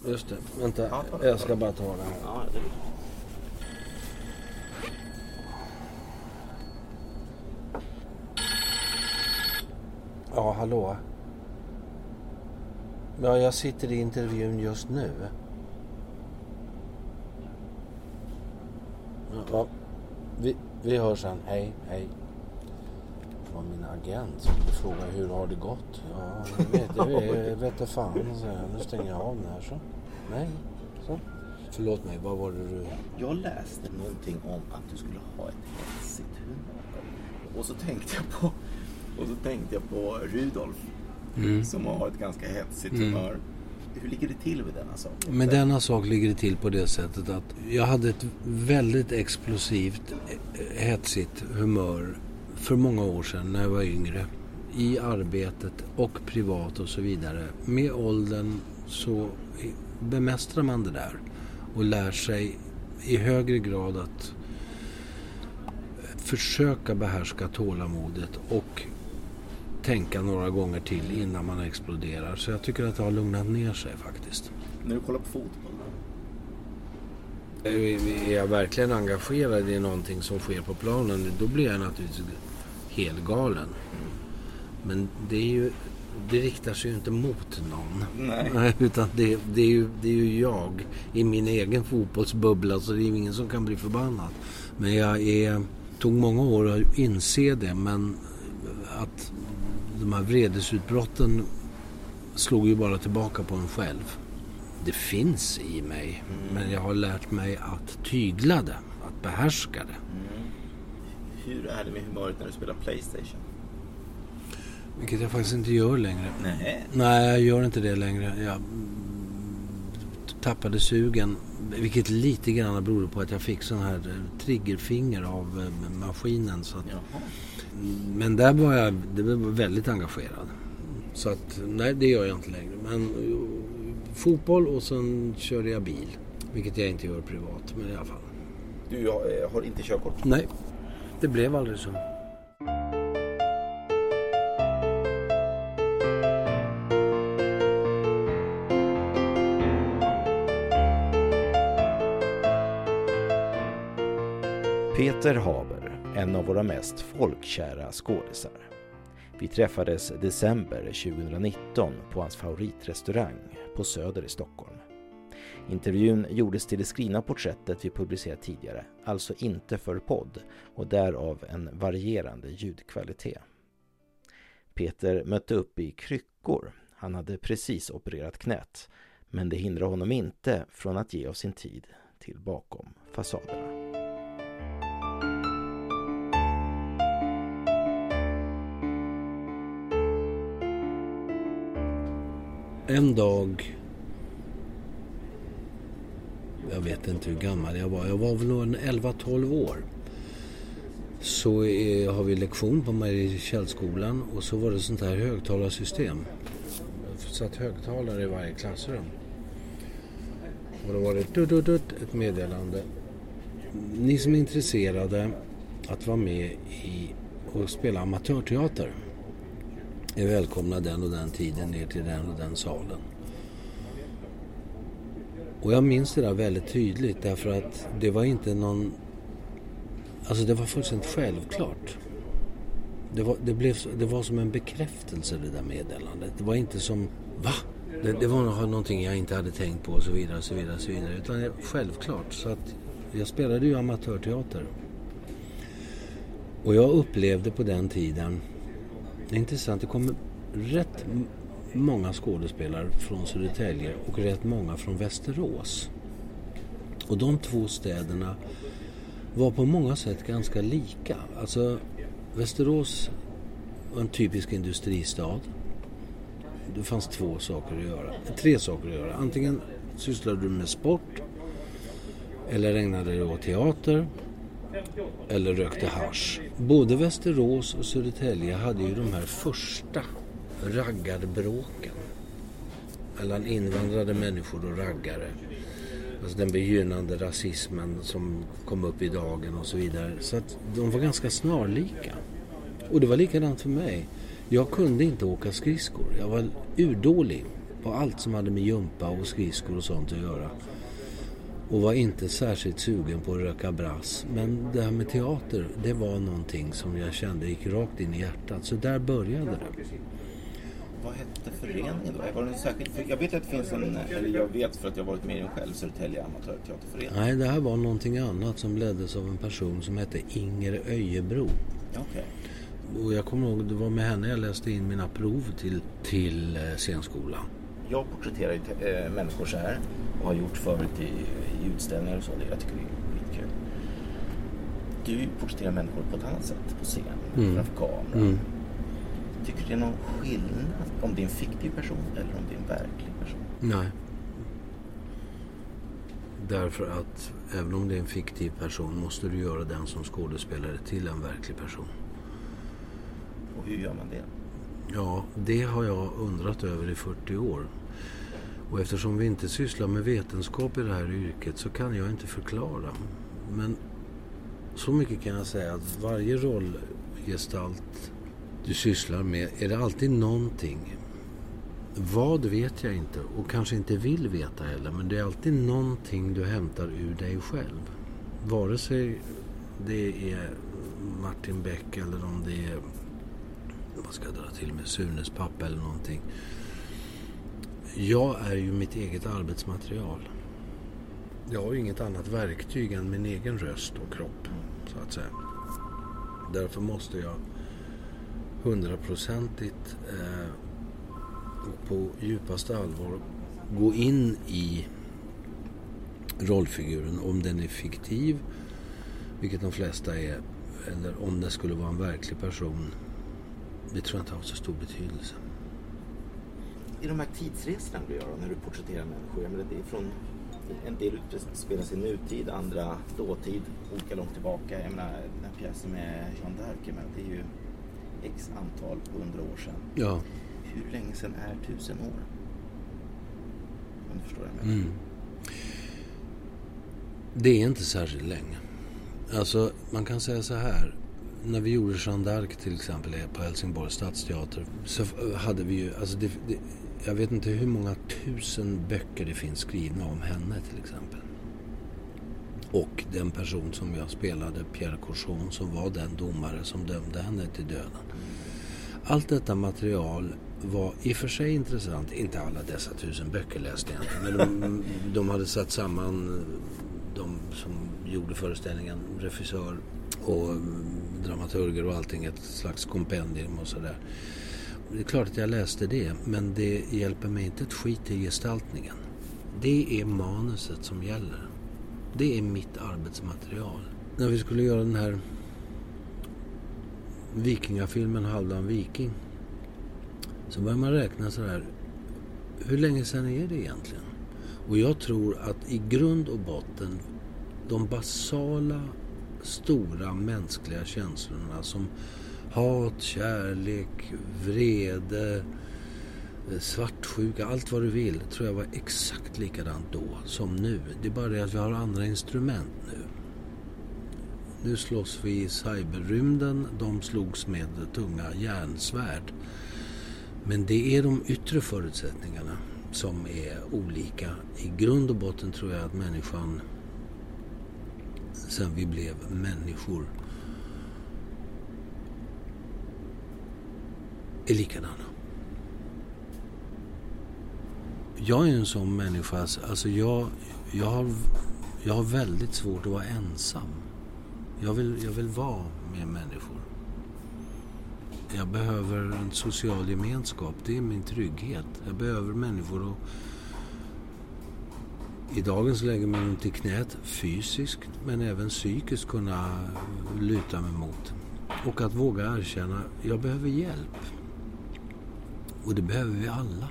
Just det. Vänta, jag ska bara ta det här. Ja, det är... Ja, hallå. Ja, jag sitter i intervjun just nu. Ja, vi hörs sen. Hej. Det var min agent som frågade hur har det gått. Ja, jag vet inte fan. Så nu stänger jag av den här så. Nej, så. Förlåt mig, vad var det du... Jag läste någonting om att du skulle ha ett hetsigt humör. Och så tänkte jag på Rudolf. Som har ett ganska hetsigt humör. Hur ligger det till med denna sak? Med denna sak ligger det till på det sättet att jag hade ett väldigt explosivt, hetsigt humör för många år sedan när jag var yngre. I arbetet och privat och så vidare. Med åldern så bemästrar man det där och lär sig i högre grad att försöka behärska tålamodet och tänka några gånger till innan man exploderar. Så jag tycker att det har lugnat ner sig faktiskt. När du kollar på fotboll? Är jag verkligen engagerad i någonting som sker på planen, då blir jag naturligtvis helt galen. Men det riktar sig ju inte mot någon. Nej. Utan det är ju jag i min egen fotbollsbubbla, så det är ju ingen som kan bli förbannad. Men tog många år att inse det, men att de här vredesutbrotten slog ju bara tillbaka på en själv. Det finns i mig, men jag har lärt mig att tygla det, att behärska det. Hur är det med humöret när du spelar PlayStation? Vilket jag faktiskt inte gör längre. Nej, jag gör inte det längre. Jag tappade sugen, vilket lite grann beror på att jag fick sån här triggerfinger av maskinen. Så att, men där var jag väldigt engagerad. Så att, nej, det gör jag inte längre. Men fotboll och sen körde jag bil. Vilket jag inte gör privat, men i alla fall. Du har inte körkort? Nej, det blev aldrig så. Peter Haber, en av våra mest folkkära skådisar. Vi träffades december 2019 på hans favoritrestaurang på Söder i Stockholm. Intervjun gjordes till det skrivna porträttet vi publicerat tidigare, alltså inte för podd, och därav en varierande ljudkvalitet. Peter mötte upp i kryckor. Han hade precis opererat knät, men det hindrar honom inte från att ge oss sin tid till bakom fasaderna. En dag, jag vet inte hur gammal jag var väl nog 11-12 år. Så har vi lektion på Mariakällskolan och så var det sånt här högtalarsystem. Så att högtalare i varje klassrum. Och då var det ett meddelande. Ni som är intresserade att vara med och spela amatörteater är välkomna den och den tiden ner till den och den salen. Och jag minns det där väldigt tydligt därför att det var inte någon... Alltså det var fullständigt självklart. Det var som en bekräftelse det där meddelandet. Det var inte som, va? Det var någonting jag inte hade tänkt på och så vidare och så vidare och så vidare. Utan självklart. Så att jag spelade ju amatörteater. Och jag upplevde på den tiden, det är intressant, det kom rätt många skådespelare från Södertälje och rätt många från Västerås. Och de två städerna var på många sätt ganska lika. Alltså Västerås var en typisk industristad. Det fanns tre saker att göra. Antingen sysslade du med sport, eller ägnade dig åt teater, eller rökte hasch. Både Västerås och Södertälje hade ju de här första raggarbråken mellan invandrade människor och raggare. Alltså den begynnande rasismen som kom upp i dagen och så vidare. Så att de var ganska snarlika. Och det var likadant för mig. Jag kunde inte åka skridskor. Jag var urdålig. på allt som hade med jumpa och skridskor och sånt att göra. Och var inte särskilt sugen på att röka brass. Men det här med teater, det var någonting som jag kände gick rakt in i hjärtat. Så där började det. Vad hette föreningen då? Var det särskilt? Jag vet att det finns jag vet för att jag varit med i den själv, Södertälje amatörteaterförening. Nej, det här var någonting annat som leddes av en person som hette Inger Öjebro. Okej. Och jag kommer ihåg, det var med henne jag läste in mina prov till scenskolan. Jag porträtterar ju människor så här och har gjort förut i utställningar och så. Jag tycker det är skitkul. Du porträtterar människor på ett annat sätt på scen, framför kameran. Tycker du det är någon skillnad om det är en fiktiv person eller om det är en verklig person? Nej. Därför att även om det är en fiktiv person måste du göra den som skådespelare till en verklig person. Och hur gör man det? Ja, det har jag undrat över i 40 år. Och eftersom vi inte sysslar med vetenskap i det här yrket så kan jag inte förklara. Men så mycket kan jag säga att varje rollgestalt du sysslar med är det alltid någonting. Vad vet jag inte och kanske inte vill veta heller, men det är alltid någonting du hämtar ur dig själv. Vare sig det är Martin Beck eller om det är, vad ska jag dra till med, Sunes pappa eller någonting. Jag är ju mitt eget arbetsmaterial. Jag har ju inget annat verktyg än min egen röst och kropp, så att säga. Därför måste jag 100%igt och på djupaste allvar gå in i rollfiguren, om den är fiktiv, vilket de flesta är, eller om det skulle vara en verklig person. Det tror jag inte har så stor betydelse. I de här tidsresorna du gör när du porträtterar människor, jag menar, det är från en del utspelar sig nutid, andra dåtid, olika långt tillbaka. Jag menar, den här pjäsen med Jeanne d'Arc, men det är ju x antal 100 år sedan. Ja. Hur länge sedan är 1000 år? Om du förstår vad jag menar. Det är inte särskilt länge. Alltså, man kan säga så här. När vi gjorde Jeanne d'Arc till exempel på Helsingborgs stadsteater, så hade vi ju, alltså jag vet inte hur många 1000 böcker det finns skrivna om henne till exempel. Och den person som jag spelade, Pierre Cochon, som var den domare som dömde henne till döden. Allt detta material var i och för sig intressant. Inte alla dessa 1000 böcker läste jag inte, men de hade satt samman, de som gjorde föreställningen, regissör och dramaturger och allting, ett slags kompendium och sådär. Det är klart att jag läste det, men det hjälper mig inte ett skit i gestaltningen. Det är manuset som gäller. Det är mitt arbetsmaterial. När vi skulle göra den här vikingafilmen Halvdan Viking, så börjar man räkna så här: hur länge sedan är det egentligen? Och jag tror att i grund och botten de basala, stora mänskliga känslorna som hat, kärlek, vrede, svartsjuka, allt vad du vill, tror jag var exakt likadant då som nu. Det är bara det att vi har andra instrument nu. Nu slåss vi i cyberrymden, de slogs med tunga järnsvärd. Men det är de yttre förutsättningarna som är olika. I grund och botten tror jag att människan, sen vi blev människor, är likadana. Jag är en sån människa, alltså jag har väldigt svårt att vara ensam. Jag vill vara med människor. Jag behöver en social gemenskap, det är min trygghet. Jag behöver människor och i dagens läge med dem till knät fysiskt men även psykiskt kunna luta mig mot. Och att våga erkänna, jag behöver hjälp. Och det behöver vi alla.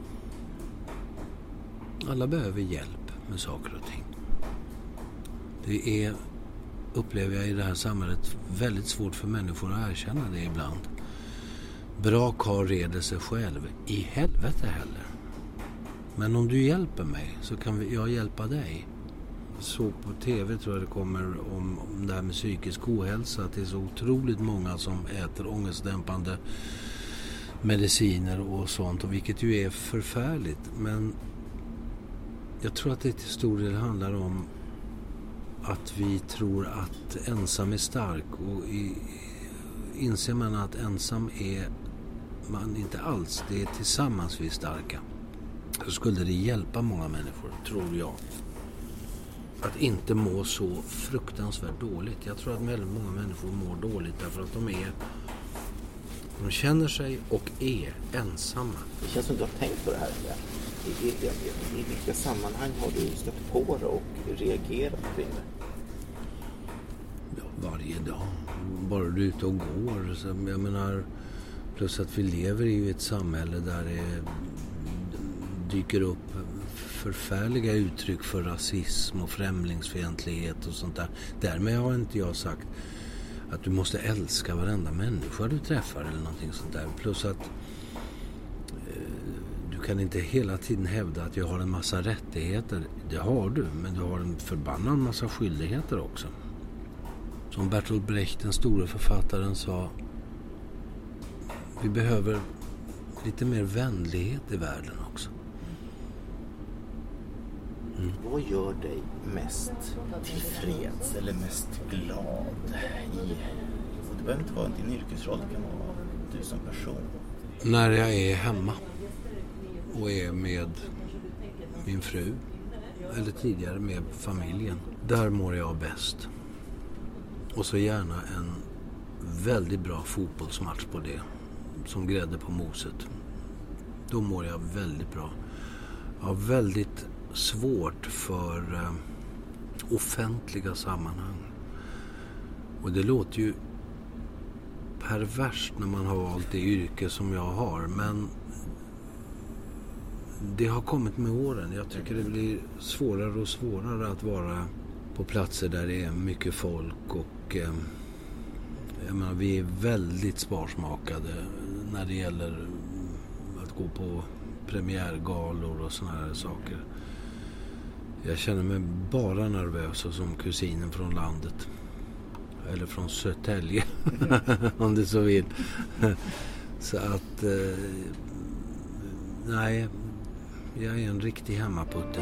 Alla behöver hjälp med saker och ting. Det är, upplever jag i det här samhället, väldigt svårt för människor att erkänna det ibland. Bra karl reder sig själv. I helvete heller. Men om du hjälper mig så kan jag hjälpa dig. Så på tv tror jag det kommer om det här med psykisk ohälsa. Att det är så otroligt många som äter ångestdämpande mediciner och sånt, och vilket ju är förfärligt. Men jag tror att det till stor del handlar om att vi tror att ensam är stark, och inser man att ensam är man inte alls, det är tillsammans vi är starka. Så skulle det hjälpa många människor, tror jag, att inte må så fruktansvärt dåligt. Jag tror att väldigt många människor mår dåligt därför att de känner sig och är ensamma. Det känns som du har tänkt på det här. I vilka sammanhang har du stött på det och reagerat kring det? Ja, varje dag. Bara du är ute och går. Så jag menar, plus att vi lever i ett samhälle där det dyker upp förfärliga uttryck för rasism och främlingsfientlighet och sånt där. Därmed har inte jag sagt att du måste älska varenda människa du träffar eller någonting sånt där. Plus att du kan inte hela tiden hävda att jag har en massa rättigheter. Det har du, men du har en förbannad massa skyldigheter också. Som Bertolt Brecht, den store författaren, sa, vi behöver lite mer vänlighet i världen också. Vad gör dig mest tillfreds eller mest glad i? Det behöver inte vara din yrkesroll, det kan vara du som person. När jag är hemma och är med min fru, eller tidigare med familjen, där mår jag bäst. Och så gärna en väldigt bra fotbollsmatch på det, som grädde på moset. Då mår jag väldigt bra. Jag har väldigt svårt för offentliga sammanhang. Och det låter ju perverst när man har valt det yrke som jag har, men det har kommit med åren. Jag tycker det blir svårare och svårare att vara på platser där det är mycket folk, och jag menar, vi är väldigt sparsmakade när det gäller att gå på premiärgalor och såna här saker. Jag känner mig bara nervös som kusinen från landet. Eller från Södertälje, om du så vill. Så att, nej, jag är en riktig hemmaputte.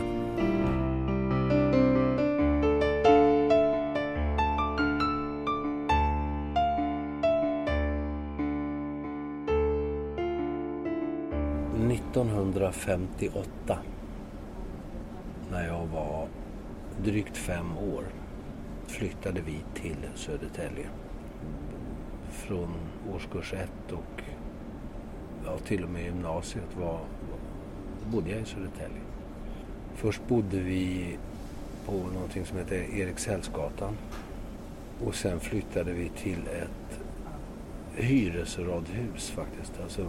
–1958, när jag var drygt 5 år, flyttade vi till Södertälje. Från årskurs 1 och till och med gymnasiet bodde jag i Södertälje. Först bodde vi på någonting som heter Erikshällsgatan, och sen flyttade vi till ett hyresradhus faktiskt, alltså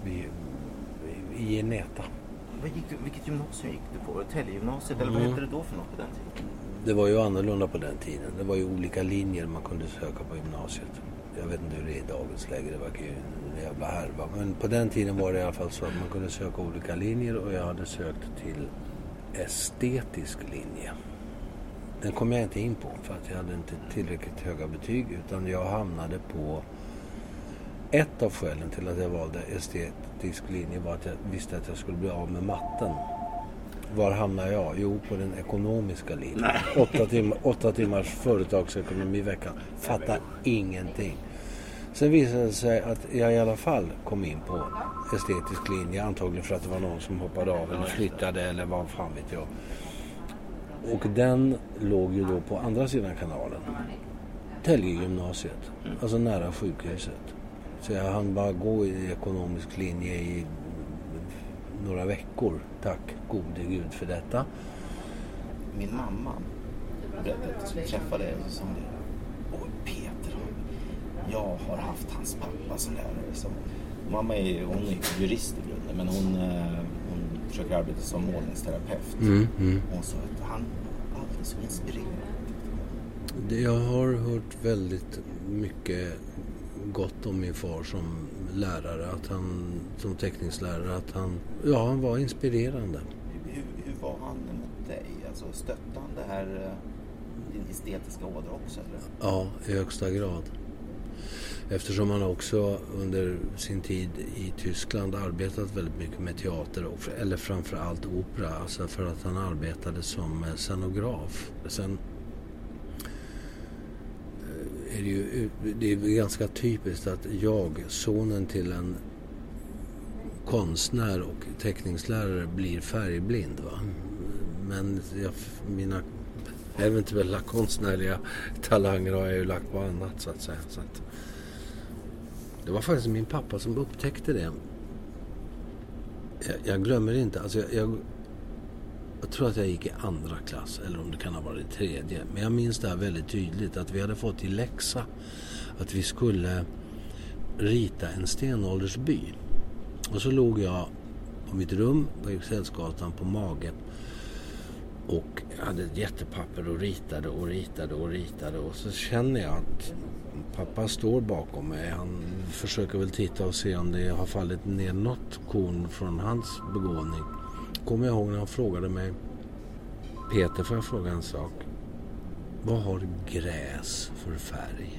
i Geneta. Vilket gymnasium gick du på? Täljegymnasiet, eller vad hette det då för något på den tiden? Det var ju annorlunda på den tiden. Det var ju olika linjer man kunde söka på gymnasiet. Jag vet inte hur det är i dagens läge, det verkar ju en jävla härva. Men på den tiden var det i alla fall så att man kunde söka olika linjer, och jag hade sökt till estetisk linje. Den kom jag inte in på för att jag hade inte tillräckligt höga betyg, utan jag hamnade på... Ett av skälen till att jag valde estetisk linje var att jag visste att jag skulle bli av med matten. Var hamnade jag? Jo, på den ekonomiska linjen. 8 timmars företagsekonomi i veckan. Fattar ingenting. Sen visade det sig att jag i alla fall kom in på estetisk linje. Antagligen för att det var någon som hoppade av eller flyttade eller vad fan vet jag. Och den låg ju då på andra sidan kanalen. Täljegymnasiet. Alltså nära sjukhuset. Så jag hann bara gå i ekonomisk linje i några veckor. Tack gode Gud för detta. Min mamma berättade att jag träffade som det. Och Peter, jag har haft hans pappa som lärare. Som, mamma hon är jurist i grunden, men hon försöker arbeta som målningsterapeut. Hon sa att han är alltid så inspirerad. Jag har hört väldigt mycket gott om min far som lärare, att han som teckningslärare, att han var inspirerande. Hur var han mot dig? Alltså stöttade han det här din estetiska ådra också, eller? Ja, i högsta grad. Eftersom han också under sin tid i Tyskland arbetat väldigt mycket med teater, eller framförallt opera, alltså för att han arbetade som scenograf. Sen är det är ganska typiskt att jag, sonen till en konstnär och teckningslärare, blir färgblind, va? Men mina eventuella konstnärliga talanger har jag ju lagt på annat, så att säga. Så att det var faktiskt min pappa som upptäckte det. Jag glömmer inte, alltså jag tror att jag gick i andra klass, eller om det kan ha varit tredje. Men jag minns det här väldigt tydligt, att vi hade fått i läxa att vi skulle rita en stenåldersby. Och så låg jag på mitt rum på Eriksgatan på mage och jag hade ett jättepapper och ritade. Och så känner jag att pappa står bakom mig. Han försöker väl titta och se om det har fallit ner något korn från hans begåvning. Kommer jag ihåg när han frågade mig: Peter, får jag fråga en sak? Vad har gräs för färg?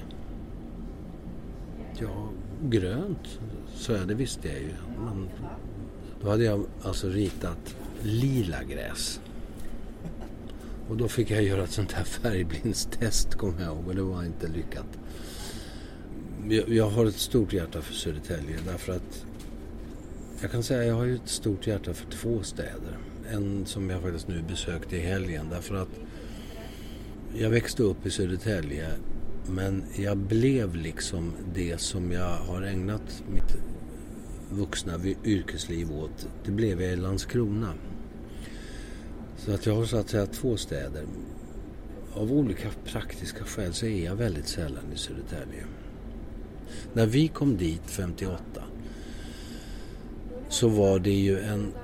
Ja, grönt. Så det visste jag ju. Men då hade jag alltså ritat lila gräs. Och då fick jag göra ett sånt här färgblindstest, kommer jag ihåg. Och det var inte lyckat. Jag har ett stort hjärta för Södertälje. Därför att jag kan säga att jag har ju ett stort hjärta för 2 städer. En som jag faktiskt nu besökte i helgen. Därför att jag växte upp i Södertälje. Men jag blev liksom det som jag har ägnat mitt vuxna yrkesliv åt. Det blev jag i Landskrona. Så att jag har så att säga 2 städer. Av olika praktiska skäl så är jag väldigt sällan i Södertälje. När vi kom dit 58 så var det ju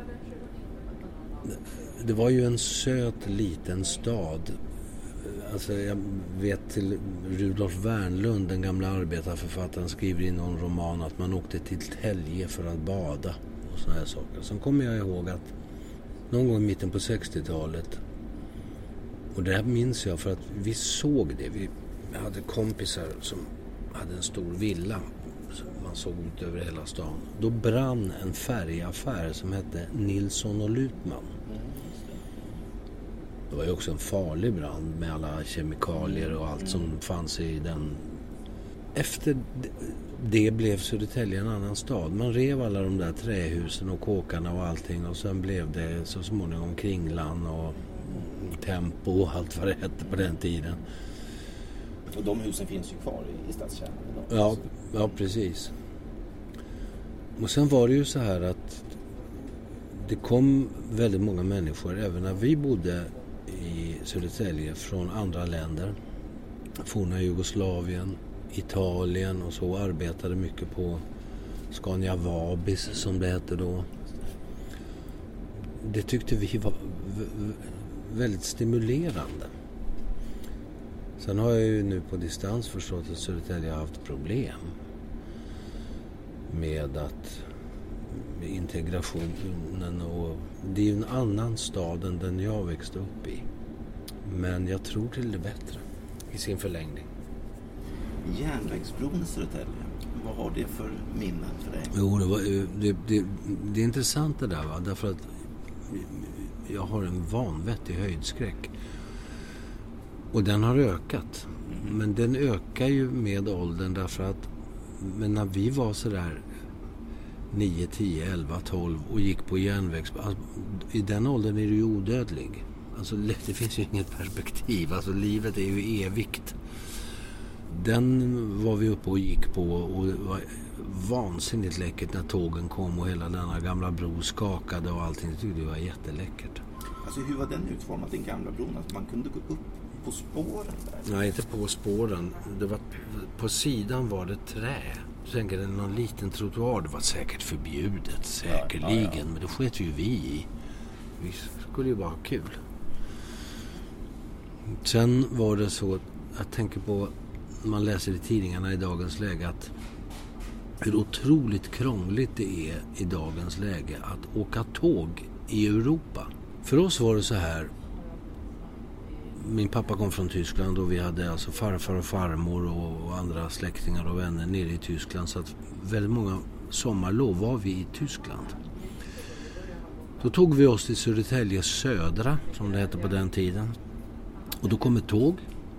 en söt liten stad. Alltså jag vet till Rudolf Wernlund, den gamla arbetarförfattaren, skriver i någon roman att man åkte till Tälje för att bada och såna här saker. Sen kommer jag ihåg att någon gång i mitten på 60-talet, och det här minns jag för att vi såg det. Vi hade kompisar som hade en stor villa. Man såg ut över hela stan. Då brann en färgaffär som hette Nilsson och Lutman. Det var ju också en farlig brand med alla kemikalier och allt som fanns i den. Efter det blev Södertälje en annan stad. Man rev alla de där trähusen och kåkarna och allting. Och sen blev det så småningom Kringlan och Tempo och allt vad det hette på den tiden. Och de husen finns ju kvar i stadskärnan. Ja, precis. Och sen var det ju så här att det kom väldigt många människor, även när vi bodde i Södertälje, från andra länder. Forna Jugoslavien, Italien, och så arbetade mycket på Scania Vabis som det hette då. Det tyckte vi var väldigt stimulerande. Sen har jag ju nu på distans förstått att Södertälje har haft problem med integrationen, och det är ju en annan stad än den jag växte upp i. Men jag tror till det bättre i sin förlängning. Järnvägsbron i Södertälje, vad har det för minnen för dig? Jo, det är intressant det där, va? Därför att jag har en vanvettig höjdskräck. Och den har ökat. Men den ökar ju med åldern, därför att men när vi var så där 9, 10, 11, 12 och gick på alltså, i den åldern är du ju odödlig. Alltså det finns ju inget perspektiv. Alltså livet är ju evigt. Den var vi uppe och gick på, och det var vansinnigt läckert när tågen kom och hela denna gamla bro skakade och allting. Jag tyckte det var jätteläckert. Alltså hur var den utformad, den gamla bron? Att man kunde gå upp på spåren där? Nej, inte på spåren. Det var, på sidan var det trä. Sen är det någon liten trottoar. Det var säkert förbjudet, säkerligen. Ja. Men det sket ju vi i. Vi skulle ju bara ha kul. Sen var det så, jag tänker på, man läser i tidningarna i dagens läge, att hur otroligt krångligt det är i dagens läge att åka tåg i Europa. För oss var det så här, min pappa kom från Tyskland och vi hade alltså farfar och farmor och andra släktingar och vänner nere i Tyskland. Så att väldigt många sommarlov var vi i Tyskland. Då tog vi oss till Södertälje Södra, som det hette på den tiden. Och då kom ett tåg.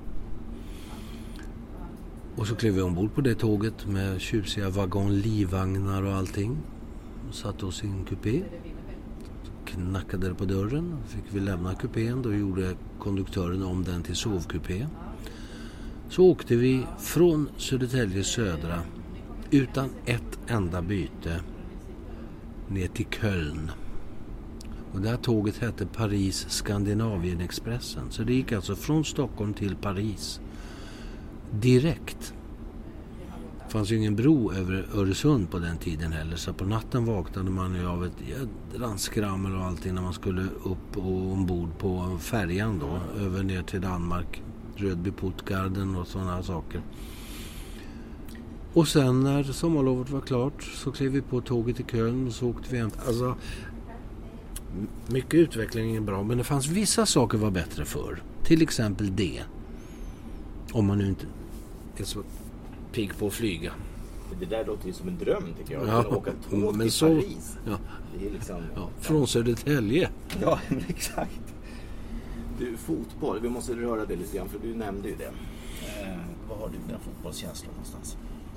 Och så klev vi ombord på det tåget med tjusiga vagon-livvagnar och allting. Och satte oss i en kupé. Knackade det på dörren. Fick vi lämna kupén. Då gjorde konduktören om den till sovkupé. Så åkte vi från Södertälje Södra utan ett enda byte ner till Köln. Och det här tåget hette Paris Skandinavien-expressen. Så det gick alltså från Stockholm till Paris direkt. Det fanns ju ingen bro över Öresund på den tiden heller. Så på natten vaknade man ju av ett jädrans skrammel och allting när man skulle upp och ombord på färjan då. Över ner till Danmark, Rödby-Puttgarden och sådana saker. Och sen när sommarlovet var klart så klev vi på tåget i Köln och så åkte vi hem. Alltså, mycket utveckling är bra, men det fanns vissa saker var bättre för. Till exempel det. Om man nu inte är så pigg på att flyga. Det där låter ju som en dröm tycker jag. Ja, att åka tåg till Paris. Ja. Det är liksom, från Södertälje. Ja, exakt. Du, fotboll, vi måste röra det lite grann för du nämnde ju det. Vad har du den fotbollskänslan någonstans?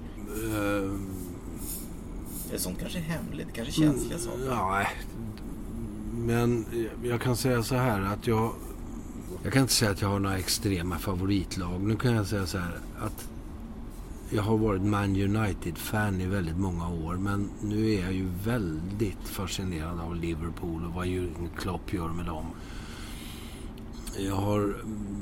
Är sånt kanske hemligt, kanske känsliga saker? Ja, men jag kan säga så här att jag kan inte säga att jag har några extrema favoritlag. Nu kan jag säga så här att jag har varit Man United-fan i väldigt många år, men nu är jag ju väldigt fascinerad av Liverpool och vad Jürgen Klopp gör med dem. Jag har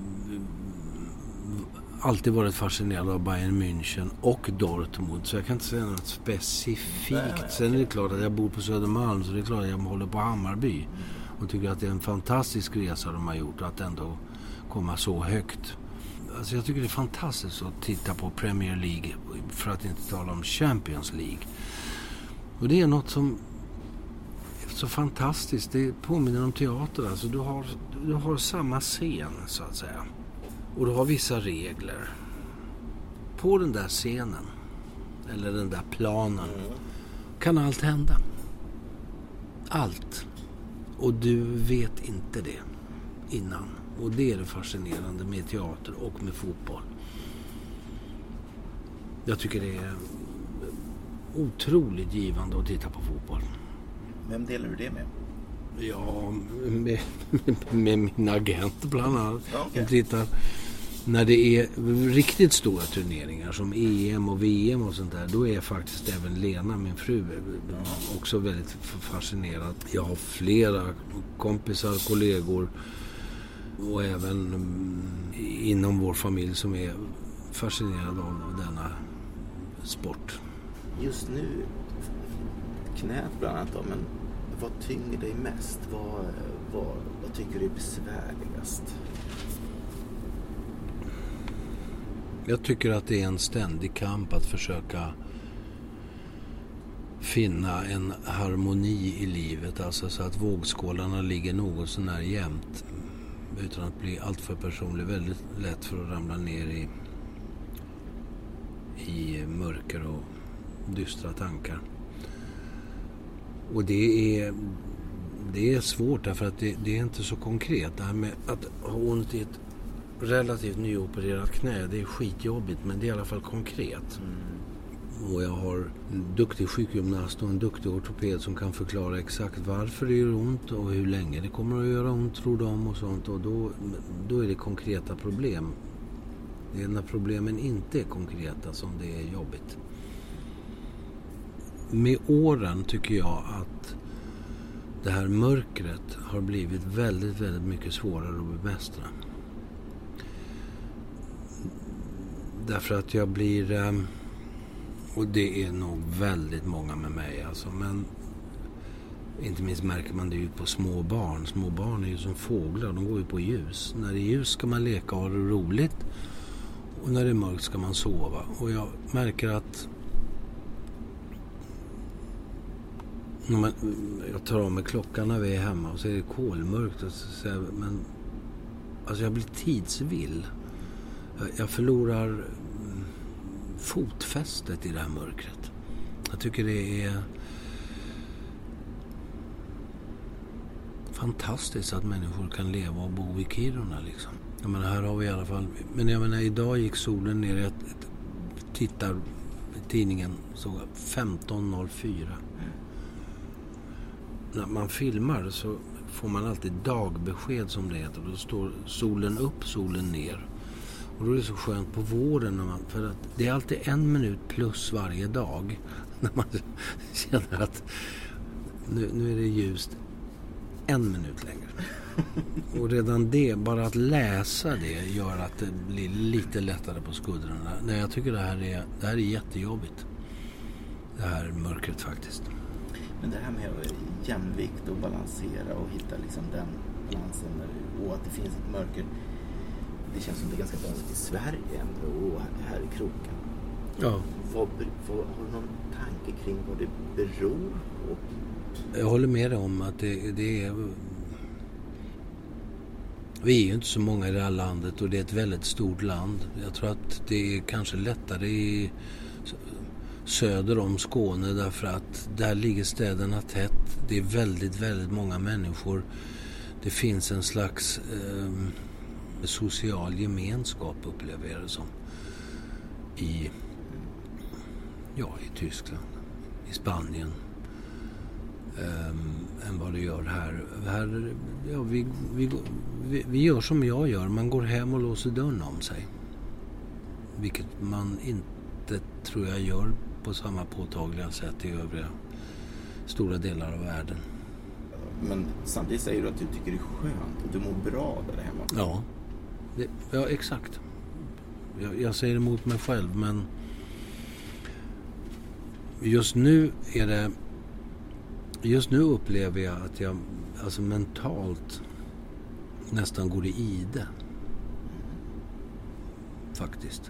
alltid varit fascinerad av Bayern München och Dortmund, så jag kan inte säga något specifikt. Sen är det klart att jag bor på Södermalm, så det är klart att jag håller på Hammarby och tycker att det är en fantastisk resa de har gjort att ändå komma så högt. Alltså jag tycker det är fantastiskt att titta på Premier League, för att inte tala om Champions League. Och det är något som är så fantastiskt. Det påminner om teater. Alltså du har samma scen så att säga. Och du har vissa regler. På den där scenen eller den där planen kan allt hända. Allt. Och du vet inte det innan. Och det är det fascinerande med teater och med fotboll. Jag tycker det är otroligt givande att titta på fotboll. Vem delar du det med? Ja, med min agent bland annat. Ja, okay. Tittar. När det är riktigt stora turneringar som EM och VM och sånt där, då är faktiskt även Lena, min fru, också väldigt fascinerad. Jag har flera kompisar, kollegor och även inom vår familj som är fascinerad av denna sport. Just nu, knät bland annat då, men vad tynger dig mest? Vad tycker du är besvärligast? Jag tycker att det är en ständig kamp att försöka finna en harmoni i livet, alltså så att vågskålarna ligger något så när jämnt utan att bli alltför personlig. Väldigt lätt för att ramla ner i mörker och dystra tankar. Och det är svårt därför att det är inte så konkret. Det här med att ha ont i ett relativt nyopererat knä, det är skitjobbigt, men det är i alla fall konkret. Och jag har en duktig sjukgymnast och en duktig ortoped som kan förklara exakt varför det gör ont och hur länge det kommer att göra ont, tror de, och sånt. Och då är det konkreta problem. Det är när problemen inte är konkreta som det är jobbigt. Med åren tycker jag att det här mörkret har blivit väldigt, väldigt mycket svårare att bemästra. Därför att jag blir, och det är nog väldigt många med mig alltså, men inte minst märker man det ju på små barn. Små barn är ju som fåglar, de går ju på ljus. När det är ljus ska man leka och ha det roligt, och när det är mörkt ska man sova. Och jag märker att jag tar av mig klockan när vi är hemma och så är det kolmörkt och så säger jag, men Alltså jag blir tidsvill. Jag förlorar fotfästet i det här mörkret. Jag tycker det är fantastiskt att människor kan leva och bo i Kiruna liksom. Jag menar, här har vi i alla fall... Men jag menar, idag gick solen ner. Jag tittar i tidningen, såg 15.04. När man filmar så får man alltid dagbesked som det heter. Då står solen upp, solen ner. Och då är det så skönt på våren för att det är alltid 1 minut plus varje dag. När man känner att nu är det ljust 1 minut längre. Och redan det, bara att läsa det gör att det blir lite lättare på skuldrorna. Nej, jag tycker det här är jättejobbigt. Det här mörkret faktiskt. Men det här med jämvikt och balansera och hitta liksom den balansen och att det finns ett mörker, det känns som det är ganska vanligt i Sverige ändå och här i kroken. Ja. Har du någon tanke kring vad det beror på? Jag håller med dig om att det är... Vi är ju inte så många i det här landet och det är ett väldigt stort land. Jag tror att det är kanske lättare i söder om Skåne därför att där ligger städerna tätt. Det är väldigt, väldigt många människor. Det finns en slags social gemenskap, upplever jag det som. I Tyskland, i Spanien. Än vad det gör här. Vi gör som jag gör. Man går hem och låser dörren om sig. Vilket man inte, tror jag, gör på samma påtagliga sätt i övriga stora delar av världen. Men samtidigt säger du att du tycker det är skönt och du mår bra där hemma. Ja, exakt. Jag säger emot mig själv, men just nu upplever jag att jag alltså mentalt nästan går i ide. Faktiskt.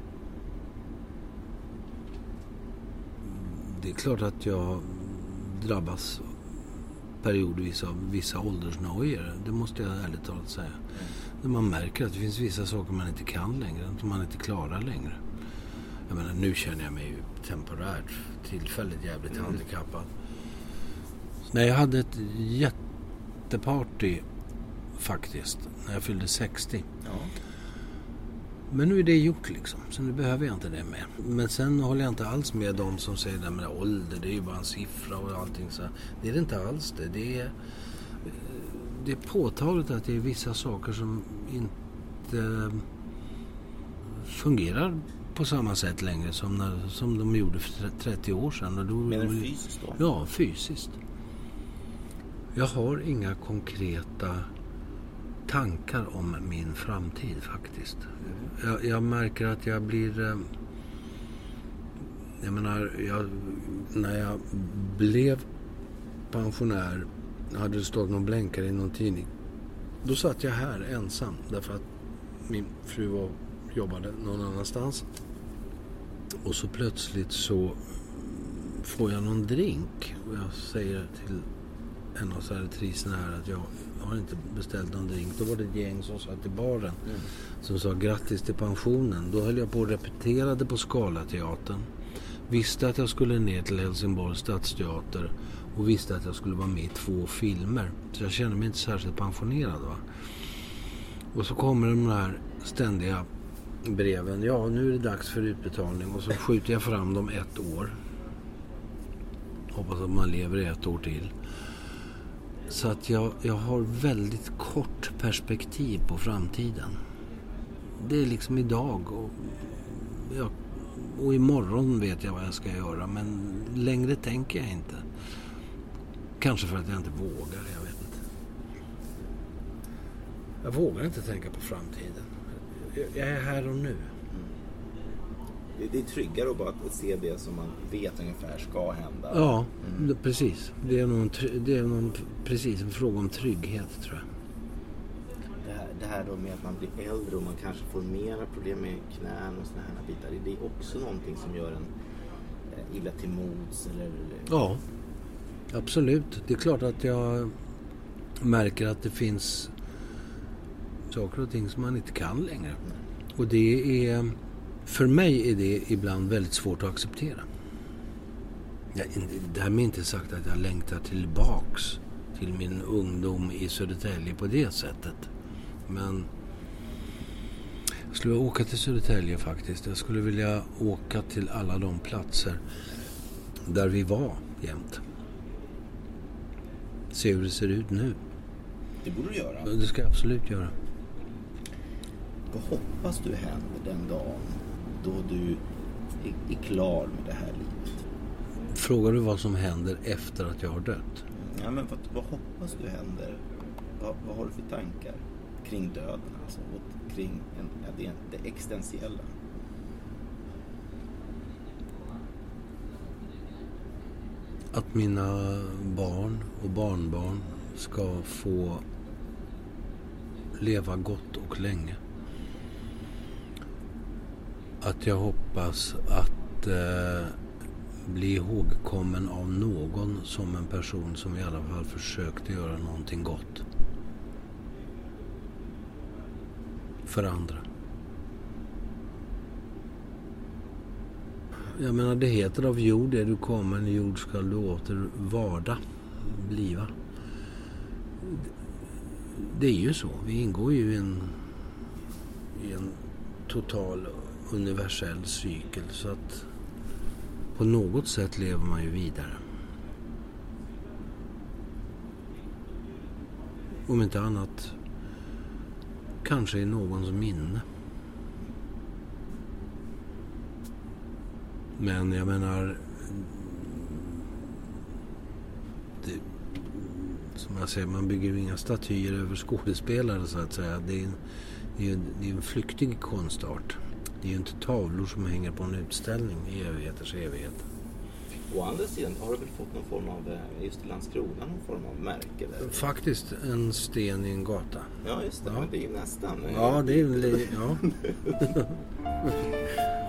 Det är klart att jag drabbas periodvis av vissa åldersnöjer. Det måste jag ärligt talat säga. När man märker att det finns vissa saker man inte kan längre, som man inte klarar längre. Jag menar, nu känner jag mig ju temporärt, tillfälligt jävligt handikappad. När jag hade ett jätteparty faktiskt, när jag fyllde 60. Ja. Men nu är det gjort liksom, så nu behöver jag inte det mer. Men sen håller jag inte alls med de som säger det med ålder, det är ju bara en siffra och allting så. Det är det inte alls det. Det är påtagligt att det är vissa saker som inte fungerar på samma sätt längre som de gjorde för 30 år sedan. Menar du fysiskt då? Ja, fysiskt. Jag har inga konkreta tankar om min framtid faktiskt. Jag märker att jag blir... Jag menar, när jag blev pensionär hade det stått någon blänkare i någon tidning. Då satt jag här ensam därför att min fru jobbade någon annanstans. Och så plötsligt så får jag någon drink och jag säger till en av servitriserna här att jag har inte beställt någon drink. Då var det ett gäng som satt i baren som sa grattis till pensionen. Då höll jag på och repeterade på Scalateatern. Visste att jag skulle ner till Helsingborgs stadsteater och visste att jag skulle vara med i 2 filmer. Så jag kände mig inte särskilt pensionerad, va. Och så kommer de här ständiga breven. Ja, nu är det dags för utbetalning. Och så skjuter jag fram dem 1 år. Hoppas att man lever i 1 år till. Så att jag har väldigt kort perspektiv på framtiden. Det är liksom idag och imorgon vet jag vad jag ska göra, men längre tänker jag inte. Kanske för att jag inte vågar, jag vet inte. Jag vågar inte tänka på framtiden. Jag är här och nu. Det är tryggare att bara se det som man vet ungefär ska hända. Ja, precis. Det är nog precis en fråga om trygghet, tror jag. Det här då med att man blir äldre och man kanske får mera problem med knän och såna här bitar. Det är också någonting som gör en illa till mods eller... Ja, absolut. Det är klart att jag märker att det finns Saker och ting som man inte kan längre. Och det är, för mig är det ibland väldigt svårt att acceptera. Därmed inte sagt att jag längtar tillbaks till min ungdom i Södertälje på det sättet. Men jag skulle åka till Södertälje faktiskt. Jag skulle vilja åka till alla de platser där vi var jämt. Se hur det ser ut nu. Det borde du göra. Det ska jag absolut göra. Vad hoppas du händer den dagen då du är klar med det här livet? Frågar du vad som händer efter att jag har dött? Ja, men vad hoppas du händer? Vad har du för tankar kring döden? Alltså, och kring det existentiella? Att mina barn och barnbarn ska få leva gott och länge. Att jag hoppas att bli ihågkommen av någon som en person som i alla fall försökte göra någonting gott för andra. Jag menar, det heter av jord är du kommen, jord ska du åter varda, bliva. Det är ju så. Vi ingår ju i en total universell cykel, så att på något sätt lever man ju vidare. Om inte annat kanske i någons minne. Men jag menar, som jag säger, man bygger ju inga statyer över skådespelare så att säga. Det är en flyktig konstart. Det är ju inte tavlor som hänger på en utställning i evigheters evighet. Å andra sidan har du väl fått någon form av, just i Landskrona, någon form av märke där? Faktiskt en sten i en gata. Ja, just det. Ja. Men det är ju nästan. Ja, det är ju... Ja.